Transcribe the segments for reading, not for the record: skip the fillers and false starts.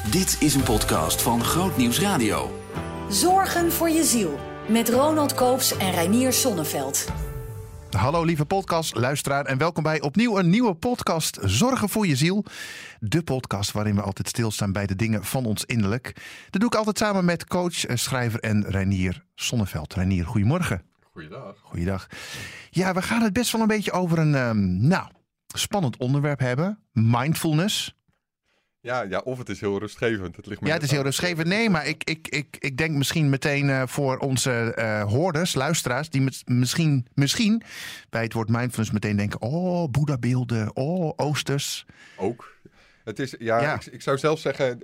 Dit is een podcast van Groot Nieuws Radio. Zorgen voor je ziel. Met Ronald Koops en Reinier Sonneveld. Hallo lieve podcastluisteraar en welkom bij opnieuw een nieuwe podcast Zorgen voor je ziel. De podcast waarin we altijd stilstaan bij de dingen van ons innerlijk. Dat doe ik altijd samen met coach, schrijver en Reinier Sonneveld. Reinier, goedemorgen. Goeiedag. Goeiedag. Ja, we gaan het best wel een beetje over een spannend onderwerp hebben. Mindfulness. Ja, of het is heel rustgevend. Het is heel rustgevend. Nee, maar ik denk misschien meteen voor onze hoorders, luisteraars, die misschien bij het woord mindfulness meteen denken, oh, Boeddha-beelden, oh, oosters. Ook. Het is, ik zou zelf zeggen,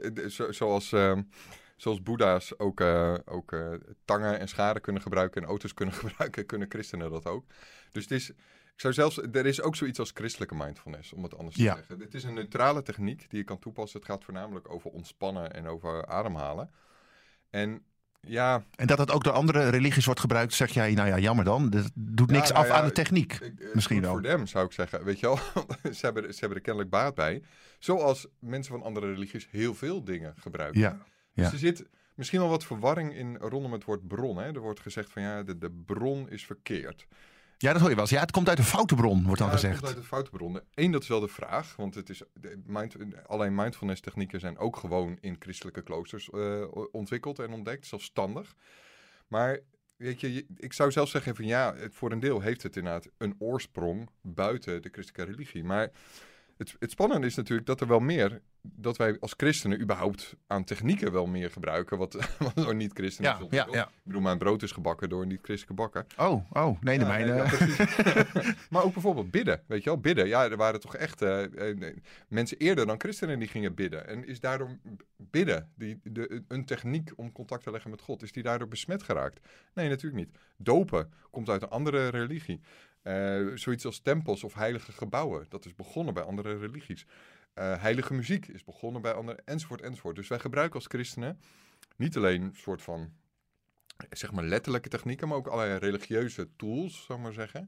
zoals Boeddha's ook tangen en scharen kunnen gebruiken en auto's kunnen gebruiken, kunnen christenen dat ook. Dus het is... er is ook zoiets als christelijke mindfulness, om het anders te zeggen. Het is een neutrale techniek die je kan toepassen. Het gaat voornamelijk over ontspannen en over ademhalen. En dat het ook door andere religies wordt gebruikt, zeg jij, nou ja, jammer dan. Dat doet niks af aan de techniek. Misschien wel. Voor hem, zou ik zeggen. Weet je wel, ze hebben er kennelijk baat bij. Zoals mensen van andere religies heel veel dingen gebruiken. Ja. Dus er zit misschien wel wat verwarring in rondom het woord bron. Hè? Er wordt gezegd van de bron is verkeerd. Ja, dat hoor je wel eens. Ja, het komt uit een foute bron, wordt dan gezegd. Het komt uit een foute bron. Eén, dat is wel de vraag. Want alleen mindfulness technieken zijn ook gewoon in christelijke kloosters ontwikkeld en ontdekt, zelfstandig. Maar weet je, ik zou zelf zeggen van voor een deel heeft het inderdaad een oorsprong buiten de christelijke religie. Maar het spannende is natuurlijk dat wij als christenen überhaupt aan technieken wel meer gebruiken, wat door niet-christenen is ontwikkeld. Ja. Ik bedoel, mijn brood is gebakken door een niet-christelijke bakker. Nee, de mijne. Maar ook bijvoorbeeld bidden, weet je wel. Bidden, er waren toch echt mensen eerder dan christenen die gingen bidden. En is daardoor bidden, een techniek om contact te leggen met God, is die daardoor besmet geraakt? Nee, natuurlijk niet. Dopen komt uit een andere religie. Zoiets als tempels of heilige gebouwen. Dat is begonnen bij andere religies. Heilige muziek is begonnen bij andere, enzovoort. Dus wij gebruiken als christenen niet alleen een soort van, zeg maar, letterlijke technieken, maar ook allerlei religieuze tools, zou ik maar zeggen.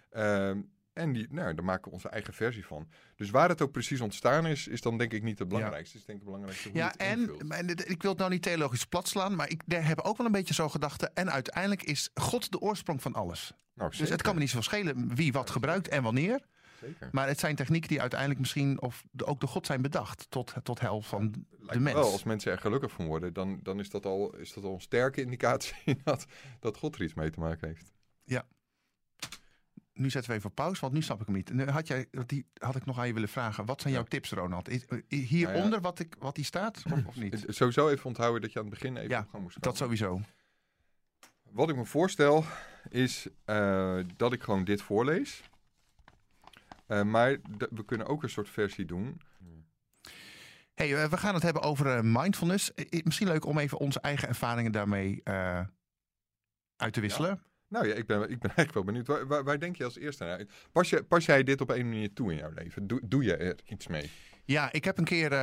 En daar maken we onze eigen versie van. Dus waar het ook precies ontstaan is dan denk ik niet het belangrijkste. Het is denk ik het belangrijkste hoe het invult. Ik wil het nou niet theologisch plat slaan, maar ik heb ook wel een beetje zo gedachten. En uiteindelijk is God de oorsprong van alles. Nou, dus het kan me niet zo schelen wie wat gebruikt en wanneer. Zeker. Maar het zijn technieken die uiteindelijk misschien ook door God zijn bedacht tot helft van de mens. Wel, als mensen er gelukkig van worden, dan is dat al een sterke indicatie dat God er iets mee te maken heeft. Ja. Nu zetten we even op pauze, want nu snap ik hem niet. Nu had ik nog aan je willen vragen. Wat zijn jouw tips, Ronald? Hieronder wat die staat, of niet? Sowieso even onthouden dat je aan het begin even op gang moest komen. Dat sowieso. Wat ik me voorstel is dat ik gewoon dit voorlees. Maar we kunnen ook een soort versie doen. Hey, we gaan het hebben over mindfulness. Misschien leuk om even onze eigen ervaringen daarmee uit te wisselen. Ja. Nou ja, ik ben eigenlijk wel benieuwd. Waar denk je als eerste naar? Pas jij dit op een manier toe in jouw leven? Doe je er iets mee? Ja, ik heb een keer...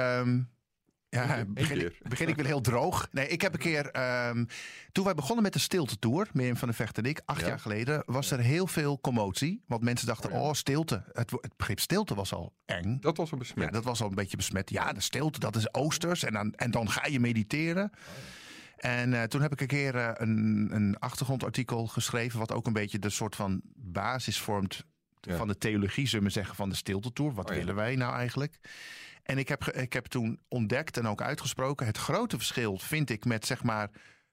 begin ik weer heel droog. Nee, ik heb een keer... toen wij begonnen met de Stilte-tour, Mirjam van der Vecht en ik, 8 jaar geleden, was er heel veel commotie. Want mensen dachten, stilte. Het begrip stilte was al eng. Dat was al besmet. Ja, dat was al een beetje besmet. Ja, de stilte, dat is oosters. En dan ga je mediteren. En toen heb ik een keer een achtergrondartikel geschreven, wat ook een beetje de soort van basis vormt van de theologie, zullen we zeggen, van de Stilte-tour. Wat willen wij nou eigenlijk? En ik heb toen ontdekt en ook uitgesproken, het grote verschil vind ik met, zeg maar,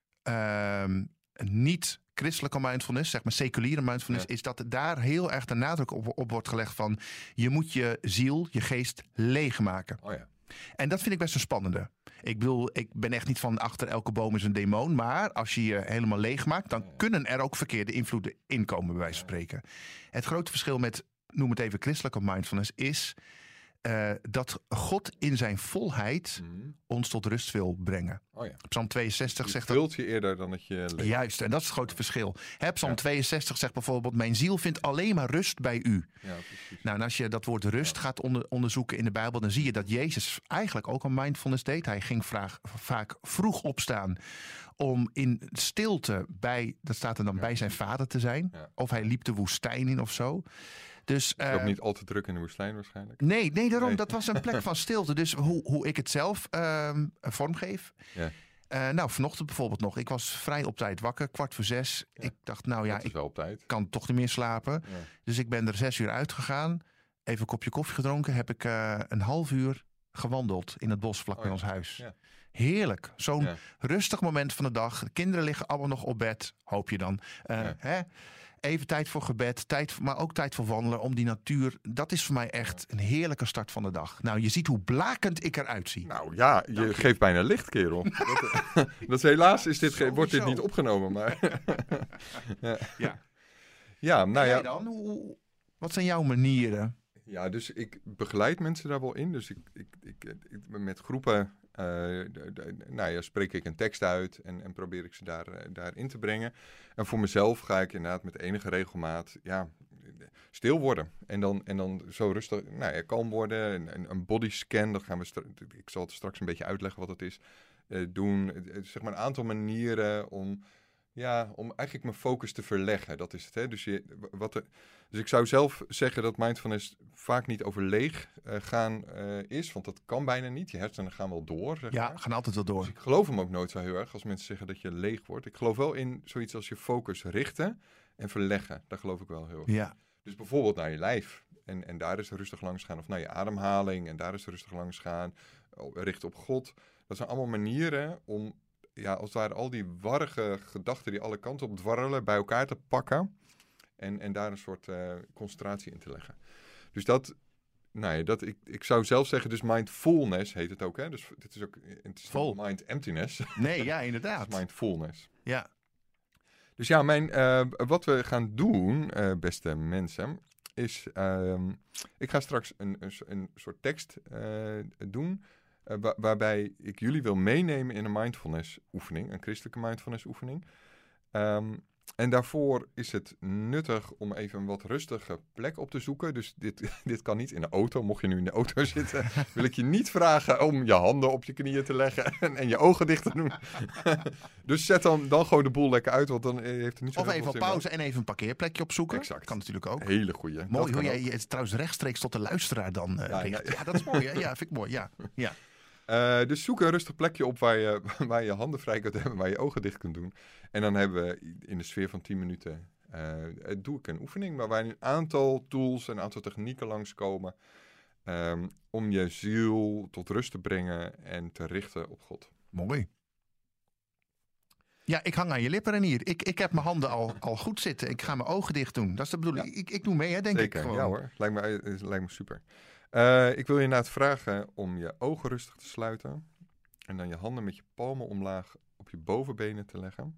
niet-christelijke mindfulness, zeg maar seculiere mindfulness, is dat daar heel erg de nadruk op wordt gelegd van, je moet je ziel, je geest leegmaken. Oh ja. En dat vind ik best een spannende. Ik bedoel, ik ben echt niet van achter elke boom is een demon. Maar als je je helemaal leeg maakt, dan kunnen er ook verkeerde invloeden inkomen, bij wijze van spreken. Het grote verschil met, noem het even christelijke mindfulness, is dat God in zijn volheid ons tot rust wil brengen. Oh ja. Psalm 62 zegt dat. Vult je eerder dan dat je leeft. Juist, en dat is het grote verschil. Psalm 62 zegt bijvoorbeeld, mijn ziel vindt alleen maar rust bij u. Ja, precies. Nou, en als je dat woord rust gaat onderzoeken in de Bijbel, dan zie je dat Jezus eigenlijk ook een mindfulness deed. Hij ging vaak vroeg opstaan om in stilte bij zijn vader te zijn. Ja. Of hij liep de woestijn in of zo. Dus, Het is ook niet al te druk in de woestijn waarschijnlijk. Nee, daarom. Nee. Dat was een plek van stilte. Dus hoe ik het zelf vormgeef. Ja. Vanochtend bijvoorbeeld nog. Ik was vrij op tijd wakker, 5:45. Ja. Ik dacht, Dat is ik wel op tijd. kan toch niet meer slapen. Ja. Dus ik ben er 6:00 uitgegaan. Even een kopje koffie gedronken. Heb ik een half uur gewandeld in het bos vlak bij ons huis. Ja. Heerlijk. Zo'n rustig moment van de dag. De kinderen liggen allemaal nog op bed, hoop je dan. Even tijd voor gebed, maar ook tijd voor wandelen. Om die natuur, dat is voor mij echt een heerlijke start van de dag. Nou, je ziet hoe blakend ik eruit zie. Nou ja, je geeft bijna licht, kerel. dat is helaas wordt dit niet opgenomen. Maar ja, nou jij ja. dan? Wat zijn jouw manieren? Ja, dus ik begeleid mensen daar wel in. Dus ik met groepen spreek ik een tekst uit en probeer ik ze daarin te brengen. En voor mezelf ga ik inderdaad met enige regelmaat stil worden. En dan zo rustig, kalm worden. Een bodyscan, dat gaan we ik zal het straks een beetje uitleggen wat het is. Doen. Zeg maar een aantal manieren om eigenlijk mijn focus te verleggen. Dat is het. Hè? Dus ik zou zelf zeggen dat mindfulness vaak niet over leeg gaan is. Want dat kan bijna niet. Je hersenen gaan wel door. Zeg maar. Gaan altijd wel door. Dus ik geloof hem ook nooit zo heel erg als mensen zeggen dat je leeg wordt. Ik geloof wel in zoiets als je focus richten en verleggen. Daar geloof ik wel heel erg. Ja. Dus bijvoorbeeld naar je lijf. En daar is rustig langs gaan. Of naar je ademhaling. En daar is rustig langs gaan. Richten op God. Dat zijn allemaal manieren om als het ware al die warrige gedachten die alle kanten op dwarrelen bij elkaar te pakken. En daar een soort concentratie in te leggen. Dus ik zou zelf zeggen, dus mindfulness heet het ook. Hè? Dus dit is ook het is Vol. Mind emptiness. Nee, ja, inderdaad. Het is mindfulness. Ja. Dus wat we gaan doen, beste mensen, is ik ga straks een soort tekst doen. Waarbij ik jullie wil meenemen in een mindfulness oefening, een christelijke mindfulness oefening. En daarvoor is het nuttig om even een wat rustige plek op te zoeken. Dus dit kan niet in de auto. Mocht je nu in de auto zitten, wil ik je niet vragen om je handen op je knieën te leggen en je ogen dicht te doen. Dus zet dan gewoon de boel lekker uit, want dan heeft het niet zo Of heel even veel op zin pauze en even een parkeerderplekje opzoeken. Exact. Kan natuurlijk ook. Hele goeie. Mooi hoe kan jij het trouwens rechtstreeks tot de luisteraar dan richt. Ja, dat is mooi. Hè? Ja, vind ik mooi. Ja. Dus zoek een rustig plekje op waar je handen vrij kunt hebben, waar je ogen dicht kunt doen. En dan hebben we in de sfeer van 10 minuten, doe ik een oefening waarbij een aantal tools en een aantal technieken langskomen om je ziel tot rust te brengen en te richten op God. Mooi. Ja, ik hang aan je lippen, Renier. Ik heb mijn handen al goed zitten. Ik ga mijn ogen dicht doen. Dat is de bedoeling. Ja. Ik doe mee, hè, denk Zeker. ik gewoon. Ja hoor, lijkt me super. Ik wil je inderdaad vragen om je ogen rustig te sluiten. En dan je handen met je palmen omlaag op je bovenbenen te leggen.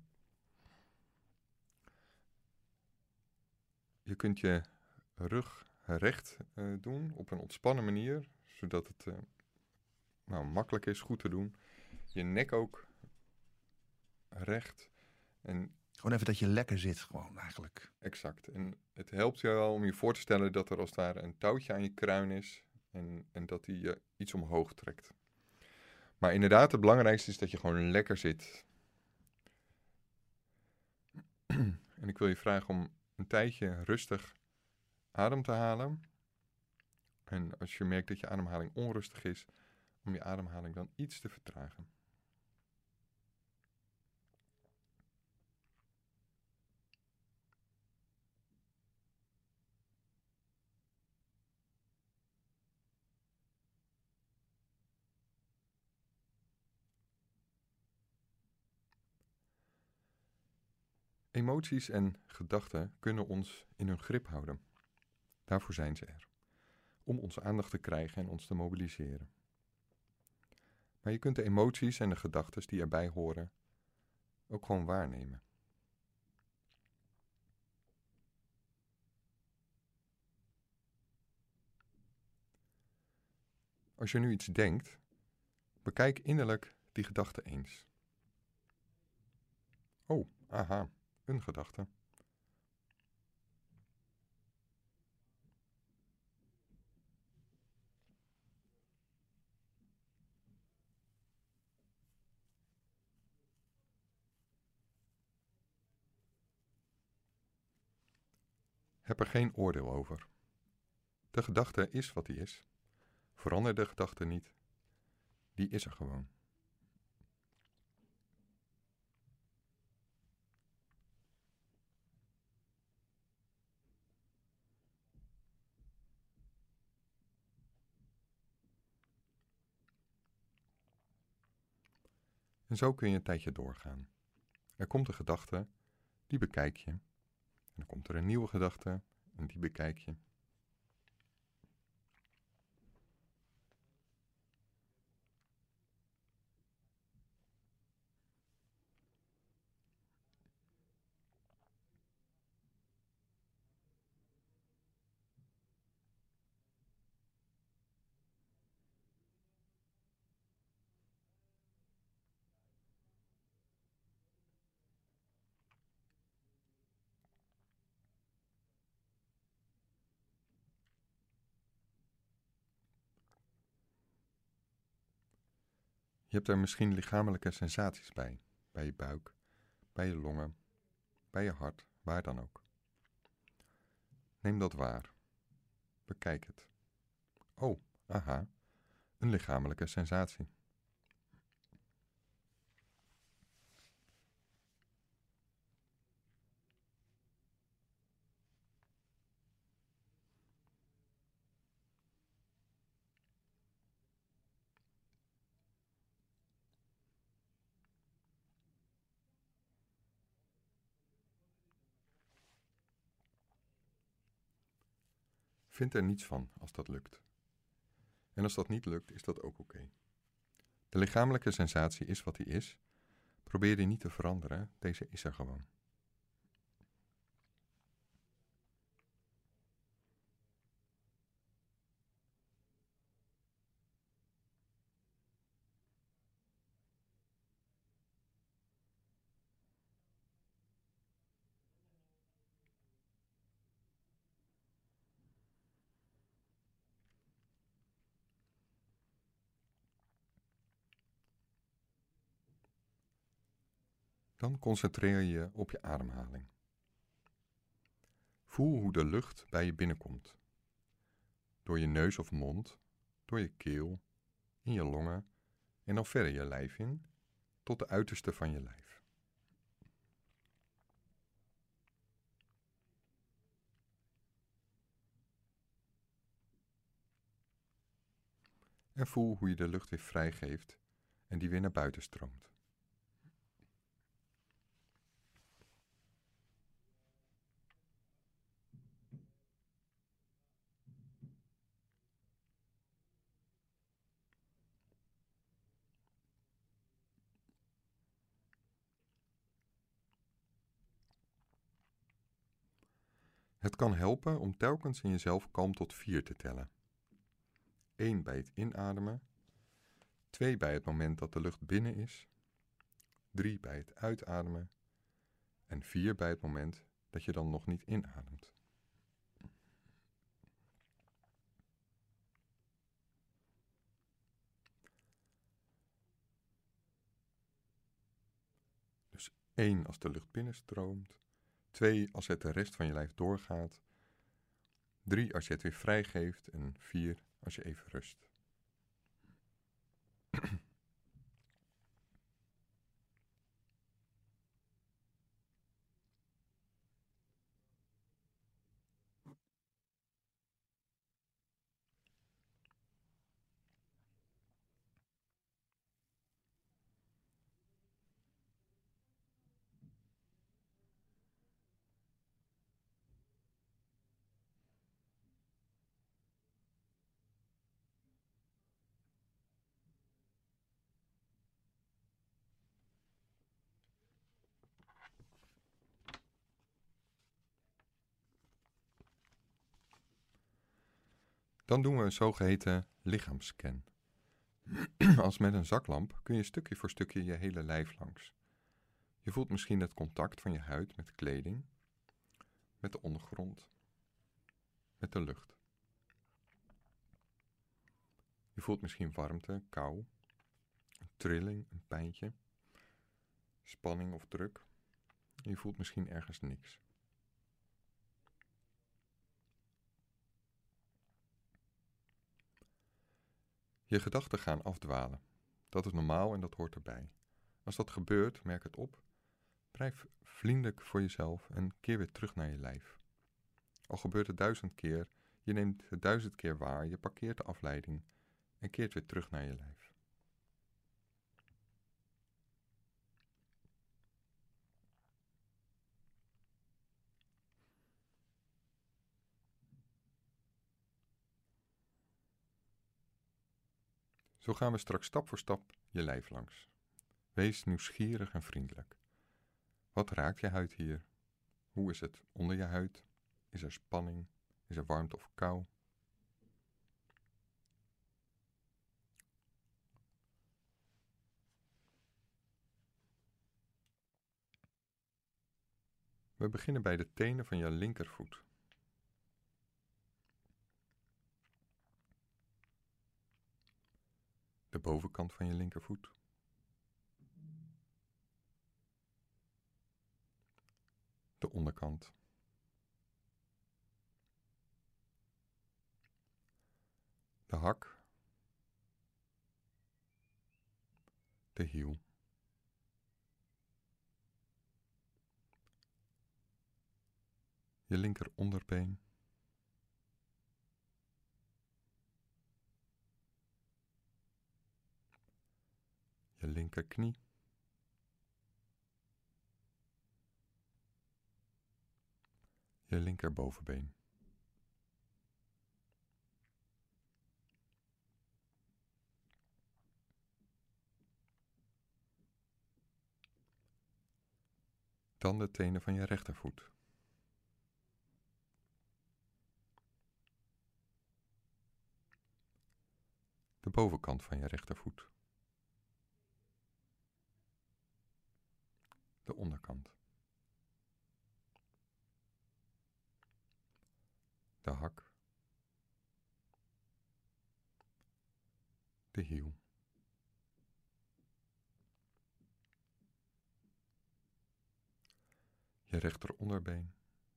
Je kunt je rug recht doen op een ontspannen manier. Zodat het makkelijk is, goed te doen. Je nek ook recht. En gewoon even dat je lekker zit, gewoon eigenlijk. Exact. En het helpt je wel om je voor te stellen dat er als het ware een touwtje aan je kruin is. En dat die je iets omhoog trekt. Maar inderdaad, het belangrijkste is dat je gewoon lekker zit. En ik wil je vragen om een tijdje rustig adem te halen. En als je merkt dat je ademhaling onrustig is, om je ademhaling dan iets te vertragen. Emoties en gedachten kunnen ons in hun grip houden. Daarvoor zijn ze er. Om onze aandacht te krijgen en ons te mobiliseren. Maar je kunt de emoties en de gedachten die erbij horen ook gewoon waarnemen. Als je nu iets denkt, bekijk innerlijk die gedachte eens. Oh, aha. Een gedachte. Heb er geen oordeel over. De gedachte is wat die is. Verander de gedachte niet. Die is er gewoon. En zo kun je een tijdje doorgaan. Er komt een gedachte, die bekijk je. En dan komt er een nieuwe gedachte en die bekijk je. Je hebt er misschien lichamelijke sensaties bij. Bij je buik, bij je longen, bij je hart, waar dan ook. Neem dat waar. Bekijk het. Oh, aha, een lichamelijke sensatie. Vind er niets van als dat lukt. En als dat niet lukt, is dat ook oké. De lichamelijke sensatie is wat die is. Probeer die niet te veranderen, deze is er gewoon. Dan concentreer je op je ademhaling. Voel hoe de lucht bij je binnenkomt. Door je neus of mond, door je keel, in je longen en dan verder je lijf in, tot de uiterste van je lijf. En voel hoe je de lucht weer vrijgeeft en die weer naar buiten stroomt. Het kan helpen om telkens in jezelf kalm tot 4 te tellen. 1 bij het inademen, 2 bij het moment dat de lucht binnen is, 3 bij het uitademen en 4 bij het moment dat je dan nog niet inademt. Dus 1 als de lucht binnenstroomt, 2 als het de rest van je lijf doorgaat, 3 als je het weer vrijgeeft en 4 als je even rust. Dan doen we een zogeheten lichaamsscan. Als met een zaklamp kun je stukje voor stukje je hele lijf langs. Je voelt misschien het contact van je huid met kleding, met de ondergrond, met de lucht. Je voelt misschien warmte, kou, een trilling, een pijntje, spanning of druk. Je voelt misschien ergens niks. Je gedachten gaan afdwalen. Dat is normaal en dat hoort erbij. Als dat gebeurt, merk het op. Blijf vriendelijk voor jezelf en keer weer terug naar je lijf. Al gebeurt het 1000 keer, je neemt het 1000 keer waar, je parkeert de afleiding en keert weer terug naar je lijf. Zo gaan we straks stap voor stap je lijf langs. Wees nieuwsgierig en vriendelijk. Wat raakt je huid hier? Hoe is het onder je huid? Is er spanning? Is er warmte of kou? We beginnen bij de tenen van je linkervoet. De bovenkant van je linkervoet. De onderkant. De hak. De hiel. Je linker onderbeen. Je linkerknie. Je linkerbovenbeen. Dan de tenen van je rechtervoet. De bovenkant van je rechtervoet. De onderkant. De hak. De hiel. Je rechteronderbeen.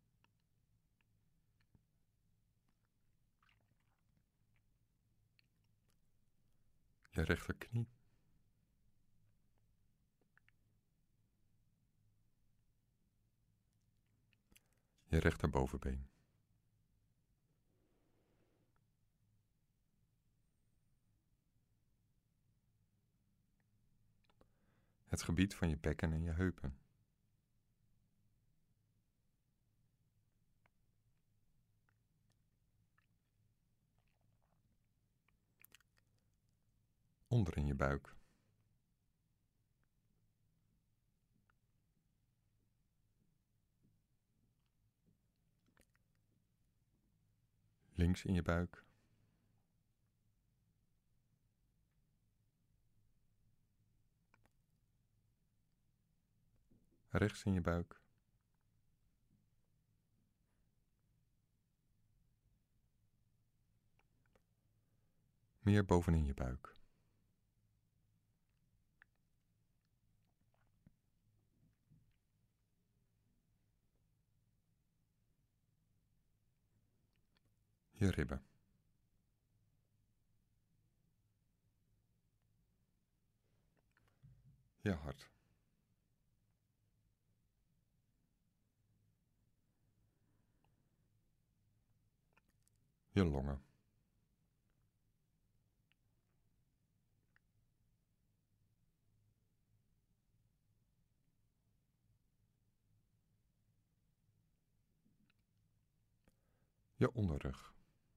Je rechterknie. Je rechterbovenbeen. Het gebied van je bekken en je heupen. Onder in je buik. Links in je buik. Rechts in je buik. Meer bovenin je buik. Je ribben. Je hart. Je longen. Je onderrug.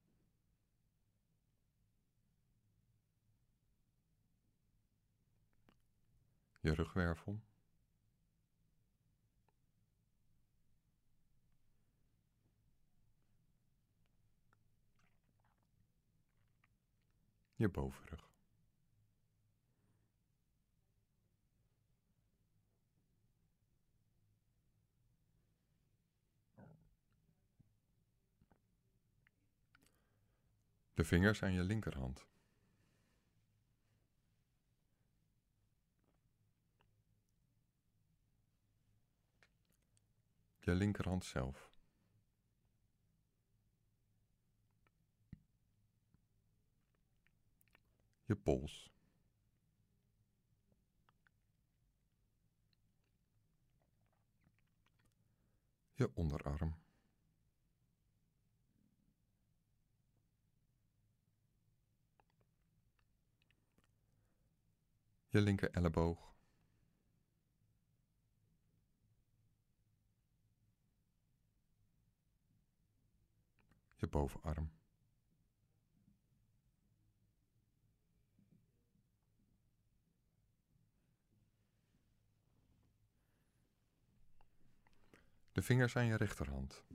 Je rugwervel. Je bovenrug. De vingers aan je linkerhand. Je linkerhand zelf. Je pols. Je onderarm. Je linker elleboog. Je bovenarm. De vingers aan je rechterhand.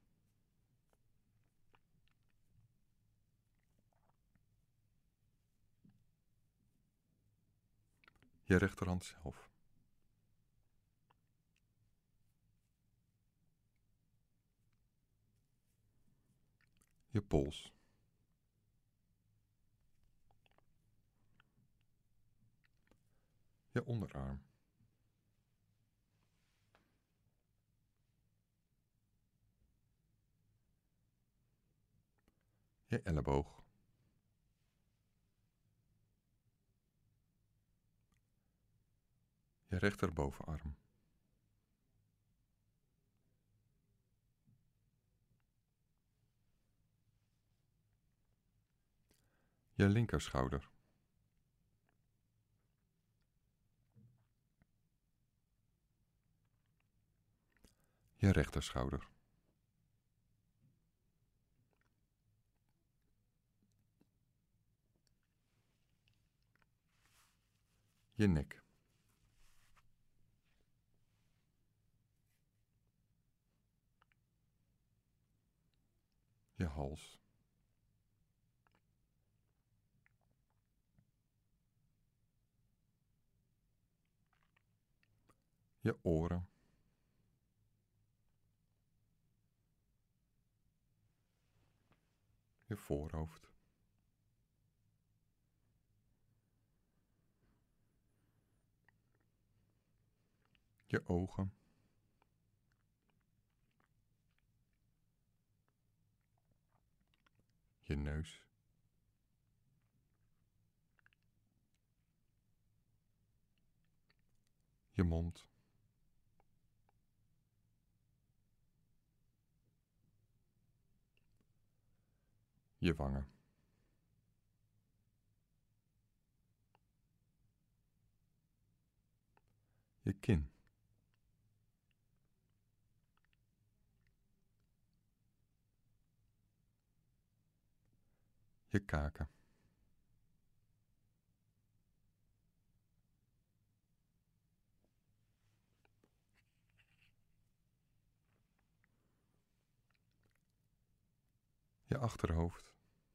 Je rechterhand zelf. Je pols. Je onderarm. Je elleboog. Je rechterbovenarm. Je linkerschouder. Je rechterschouder. Je nek. Je hals. Je oren. Je voorhoofd. Je ogen. Je neus. Je mond. Je wangen. Je kin. Je kaken. Je achterhoofd.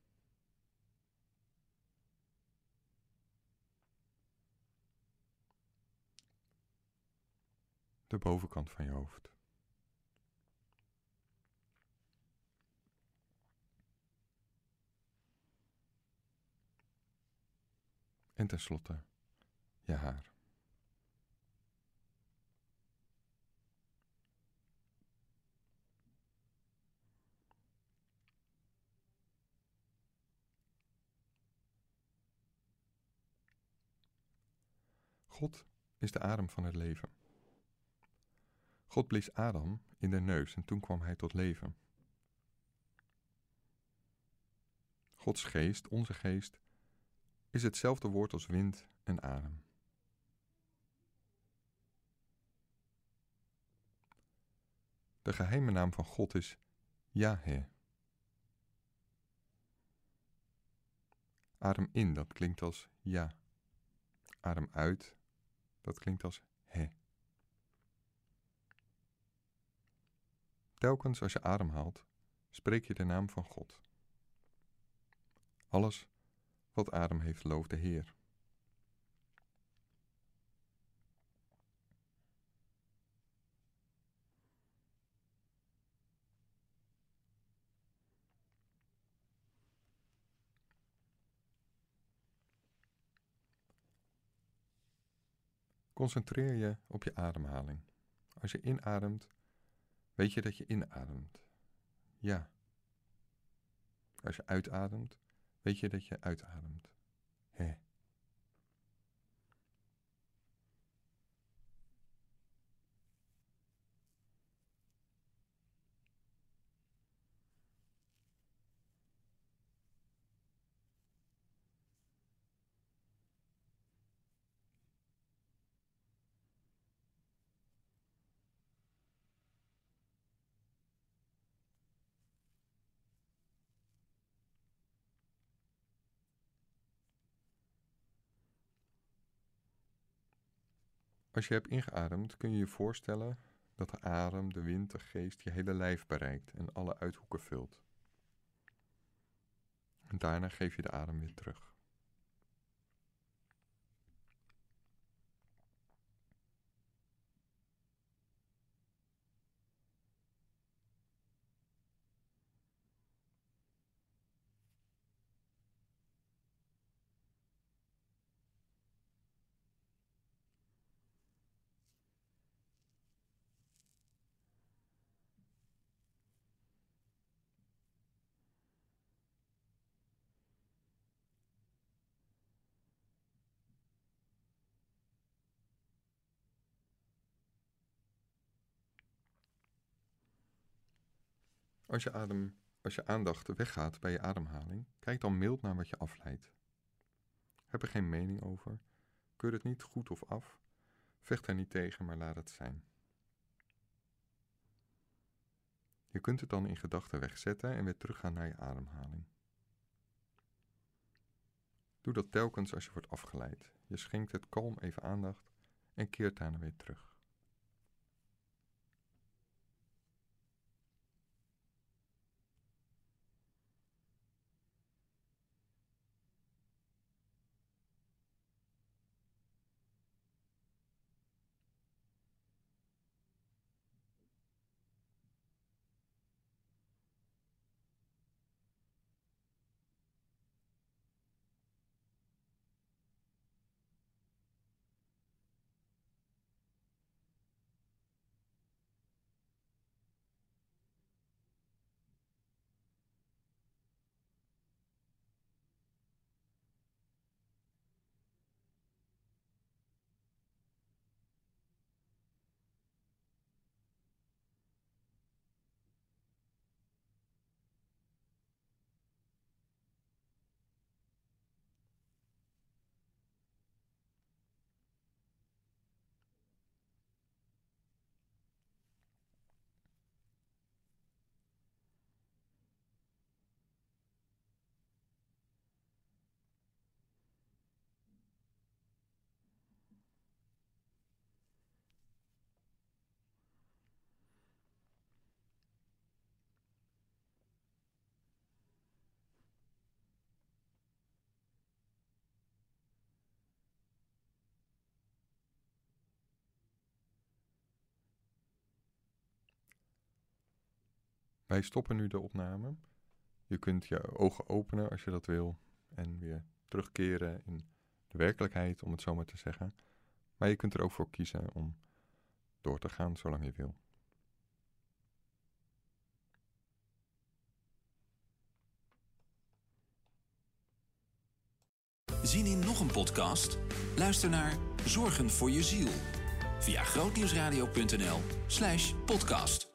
De bovenkant van je hoofd. En tenslotte je haar. God is de adem van het leven. God blies Adam in de neus en toen kwam hij tot leven. Gods geest, onze geest, is hetzelfde woord als wind en adem. De geheime naam van God is Yahweh. Adem in, dat klinkt als ja. Adem uit, dat klinkt als he. Telkens als je ademhaalt, spreek je de naam van God. Alles wat adem heeft, looft de Heer. Concentreer je op je ademhaling. Als je inademt, weet je dat je inademt. Ja. Als je uitademt, weet je dat je uitademt. Hè. Als je hebt ingeademd, kun je je voorstellen dat de adem, de wind, de geest je hele lijf bereikt en alle uithoeken vult. En daarna geef je de adem weer terug. Als je aandacht weggaat bij je ademhaling, kijk dan mild naar wat je afleidt. Heb er geen mening over, keur het niet goed of af, vecht er niet tegen, maar laat het zijn. Je kunt het dan in gedachten wegzetten en weer teruggaan naar je ademhaling. Doe dat telkens als je wordt afgeleid. Je schenkt het kalm even aandacht en keert daarna weer terug. Wij stoppen nu de opname. Je kunt je ogen openen als je dat wil en weer terugkeren in de werkelijkheid, om het zo maar te zeggen. Maar je kunt er ook voor kiezen om door te gaan zolang je wil. Zin in nog een podcast? Luister naar Zorgen voor je ziel via grootnieuwsradio.nl/podcast.